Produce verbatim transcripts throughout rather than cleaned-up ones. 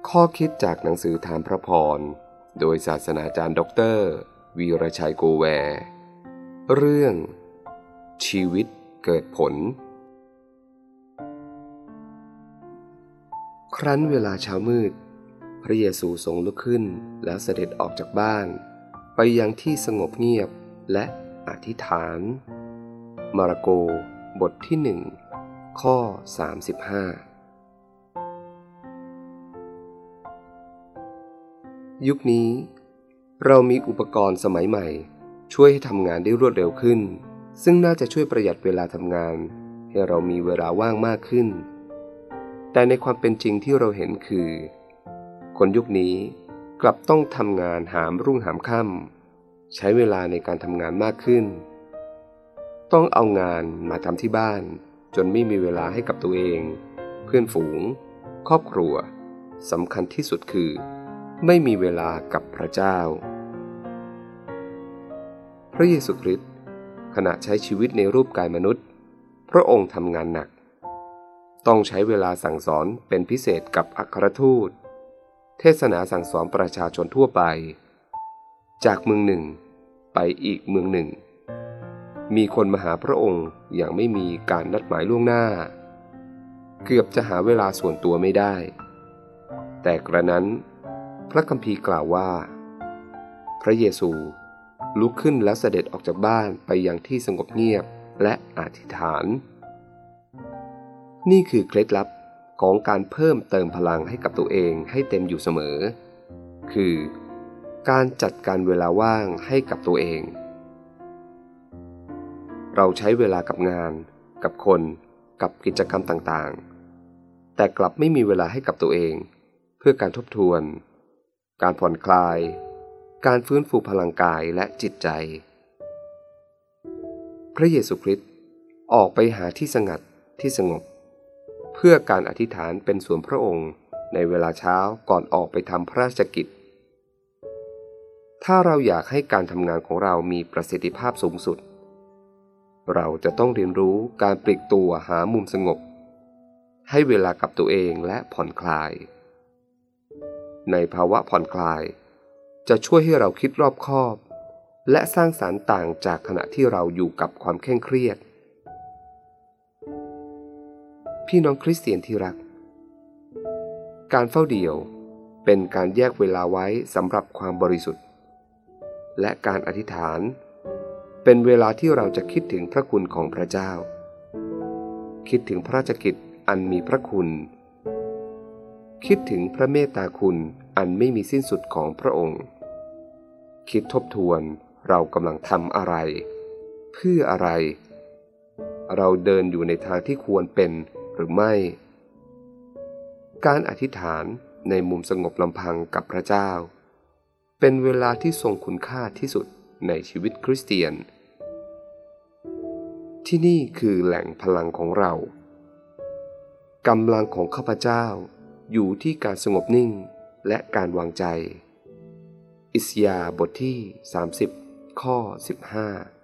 ข้อคิดจากหนังสือถามพระพรโดยศาสนาจารย์ด็อกเตอร์วีรชัยโกแวร์เรื่องชีวิตเกิดผลครั้นเวลาเช้ามืดพระเยซูทรงลุกขึ้นแล้วเสด็จออกจากบ้านไปยังที่สงบเงียบและอธิษฐานมาระโกบทที่หนึ่งข้อสามสิบห้ายุคนี้เรามีอุปกรณ์สมัยใหม่ช่วยให้ทำงานได้รวดเร็วขึ้นซึ่งน่าจะช่วยประหยัดเวลาทำงานให้เรามีเวลาว่างมากขึ้นแต่ในความเป็นจริงที่เราเห็นคือคนยุคนี้กลับต้องทำงานหามรุ่งหามค่ำใช้เวลาในการทำงานมากขึ้นต้องเอางานมาทำที่บ้านจนไม่มีเวลาให้กับตัวเองเพื่อนฝูงครอบครัวสำคัญที่สุดคือไม่มีเวลากับพระเจ้าพระเยซูคริสต์ขณะใช้ชีวิตในรูปกายมนุษย์พระองค์ทำงานหนักต้องใช้เวลาสั่งสอนเป็นพิเศษกับอัครทูตเทศนาสั่งสอนประชาชนทั่วไปจากเมืองหนึ่งไปอีกเมืองหนึ่งมีคนมาหาพระองค์อย่างไม่มีการนัดหมายล่วงหน้าเกือบจะหาเวลาส่วนตัวไม่ได้แต่กระนั้นพระคัมภีร์กล่าวว่าพระเยซูลุกขึ้นแล้วเสด็จออกจากบ้านไปยังที่สงบเงียบและอธิษฐานนี่คือเคล็ดลับของการเพิ่มเติมพลังให้กับตัวเองให้เต็มอยู่เสมอคือการจัดการเวลาว่างให้กับตัวเองเราใช้เวลากับงานกับคนกับกิจกรรมต่างๆแต่กลับไม่มีเวลาให้กับตัวเองเพื่อการทบทวนการผ่อนคลายการฟื้นฟูพลังกายและจิตใจพระเยซูคริสต์ออกไปหาที่สงัดที่สงบเพื่อการอธิษฐานเป็นส่วนพระองค์ในเวลาเช้าก่อนออกไปทำพระราชกิจถ้าเราอยากให้การทำงานของเรามีประสิทธิภาพสูงสุดเราจะต้องเรียนรู้การปลีกตัวหามุมสงบให้เวลากับตัวเองและผ่อนคลายในภาวะผ่อนคลายจะช่วยให้เราคิดรอบคอบและสร้างสรรค์ต่างจากขณะที่เราอยู่กับความเคร่งเครียดพี่น้องคริสเตียนที่รักการเฝ้าเดี่ยวเป็นการแยกเวลาไว้สำหรับความบริสุทธิ์และการอธิษฐานเป็นเวลาที่เราจะคิดถึงพระคุณของพระเจ้าคิดถึงพระราชกิจอันมีพระคุณคิดถึงพระเมตตาคุณอันไม่มีสิ้นสุดของพระองค์คิดทบทวนเรากำลังทำอะไรเพื่ออะไรเราเดินอยู่ในทางที่ควรเป็นหรือไม่การอธิษฐานในมุมสงบลำพังกับพระเจ้าเป็นเวลาที่ทรงคุณค่าที่สุดในชีวิตคริสเตียนที่นี่คือแหล่งพลังของเรากำลังของข้าพเจ้าอยู่ที่การสงบนิ่งและการวางใจอิสยาห์บทที่สามสิบข้อสิบห้า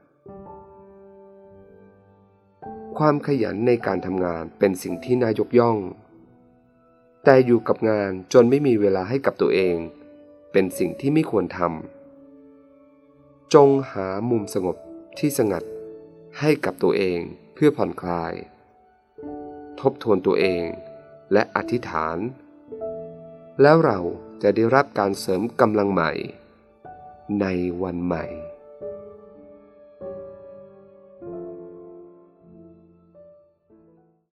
ความขยันในการทำงานเป็นสิ่งที่น่ายกย่องแต่อยู่กับงานจนไม่มีเวลาให้กับตัวเองเป็นสิ่งที่ไม่ควรทำจงหามุมสงบที่สงัดให้กับตัวเองเพื่อผ่อนคลายทบทวนตัวเองและอธิษฐานแล้วเราจะได้รับการเสริมกำลังใหม่ในวันใหม่